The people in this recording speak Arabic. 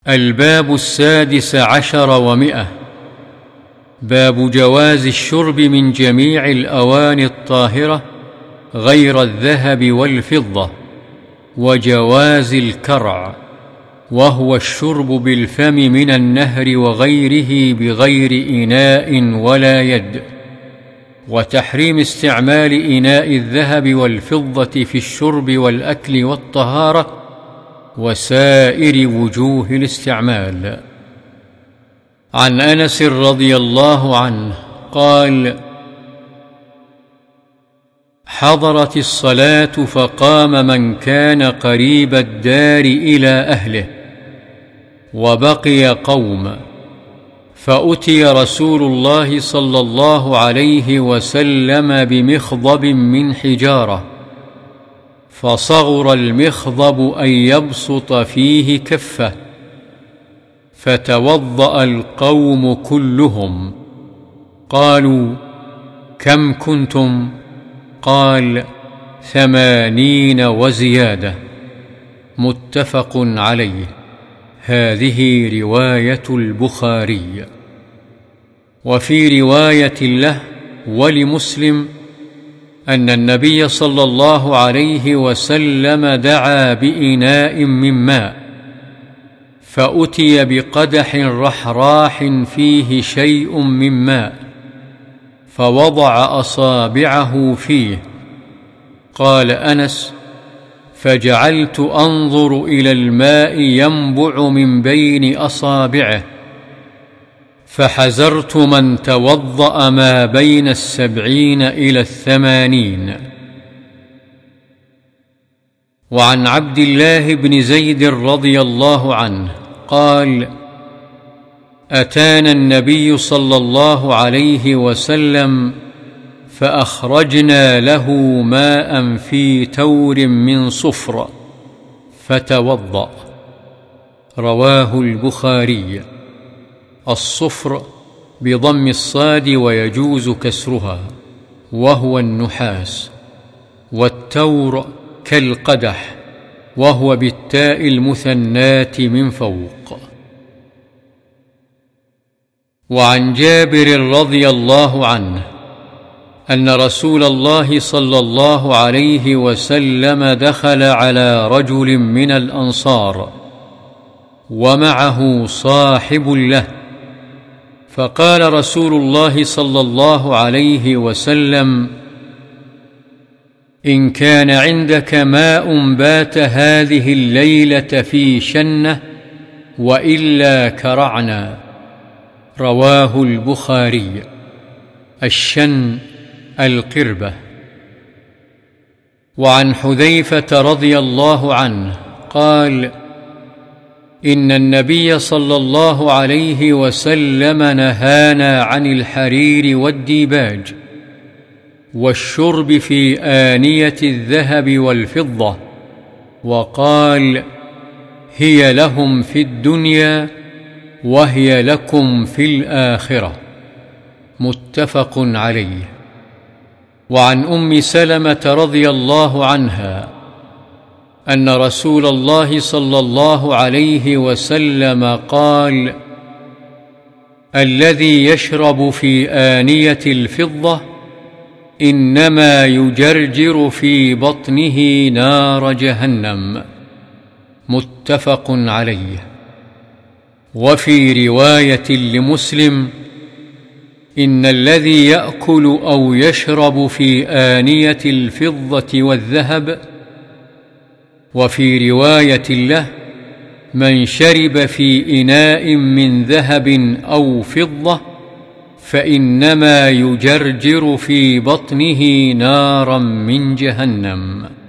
الباب 16 و100. باب جواز الشرب من جميع الأواني الطاهرة غير الذهب والفضة، وجواز الكرع، وهو الشرب بالفم من النهر وغيره بغير إناء ولا يد، وتحريم استعمال إناء الذهب والفضة في الشرب والأكل والطهارة وسائر وجوه الاستعمال. عن أنس رضي الله عنه قال: حضرت الصلاة فقام من كان قريب الدار إلى أهله، وبقي قوم، فأتي رسول الله صلى الله عليه وسلم بمخضب من حجارة، فصغر المخضب أن يبسط فيه كفه، فتوضأ القوم كلهم. قالوا: كم كنتم؟ قال: 80 وزيادة. متفق عليه. هذه رواية البخاري. وفي رواية له ولمسلم أن النبي صلى الله عليه وسلم دعا بإناء من ماء، فأتي بقدح رحراح فيه شيء من ماء، فوضع أصابعه فيه. قال أنس: فجعلت أنظر إلى الماء ينبع من بين أصابعه، فحذرت من توضأ ما بين 70 إلى 80. وعن عبد الله بن زيد رضي الله عنه قال: أتانا النبي صلى الله عليه وسلم فأخرجنا له ماء في تور من صفر فتوضأ. رواه البخاري. الصفر بضم الصاد ويجوز كسرها، وهو النحاس، والتور كالقدح، وهو بالتاء المثناة من فوق. وعن جابر رضي الله عنه أن رسول الله صلى الله عليه وسلم دخل على رجل من الأنصار ومعه صاحب له، فقال رسول الله صلى الله عليه وسلم: إن كان عندك ماء بات هذه الليلة في شنة، وإلا كرعنا. رواه البخاري. الشن القربة. وعن حذيفة رضي الله عنه قال: إن النبي صلى الله عليه وسلم نهانا عن الحرير والديباج والشرب في آنية الذهب والفضة، وقال: هي لهم في الدنيا وهي لكم في الآخرة. متفق عليه. وعن أم سلمة رضي الله عنها أن رسول الله صلى الله عليه وسلم قال: الذي يشرب في آنية الفضة إنما يجرجر في بطنه نار جهنم. متفق عليه. وفي رواية لمسلم: إن الذي يأكل أو يشرب في آنية الفضة والذهب. وفي رواية له: من شرب في إناء من ذهب أو فضة فإنما يجرجر في بطنه نارا من جهنم.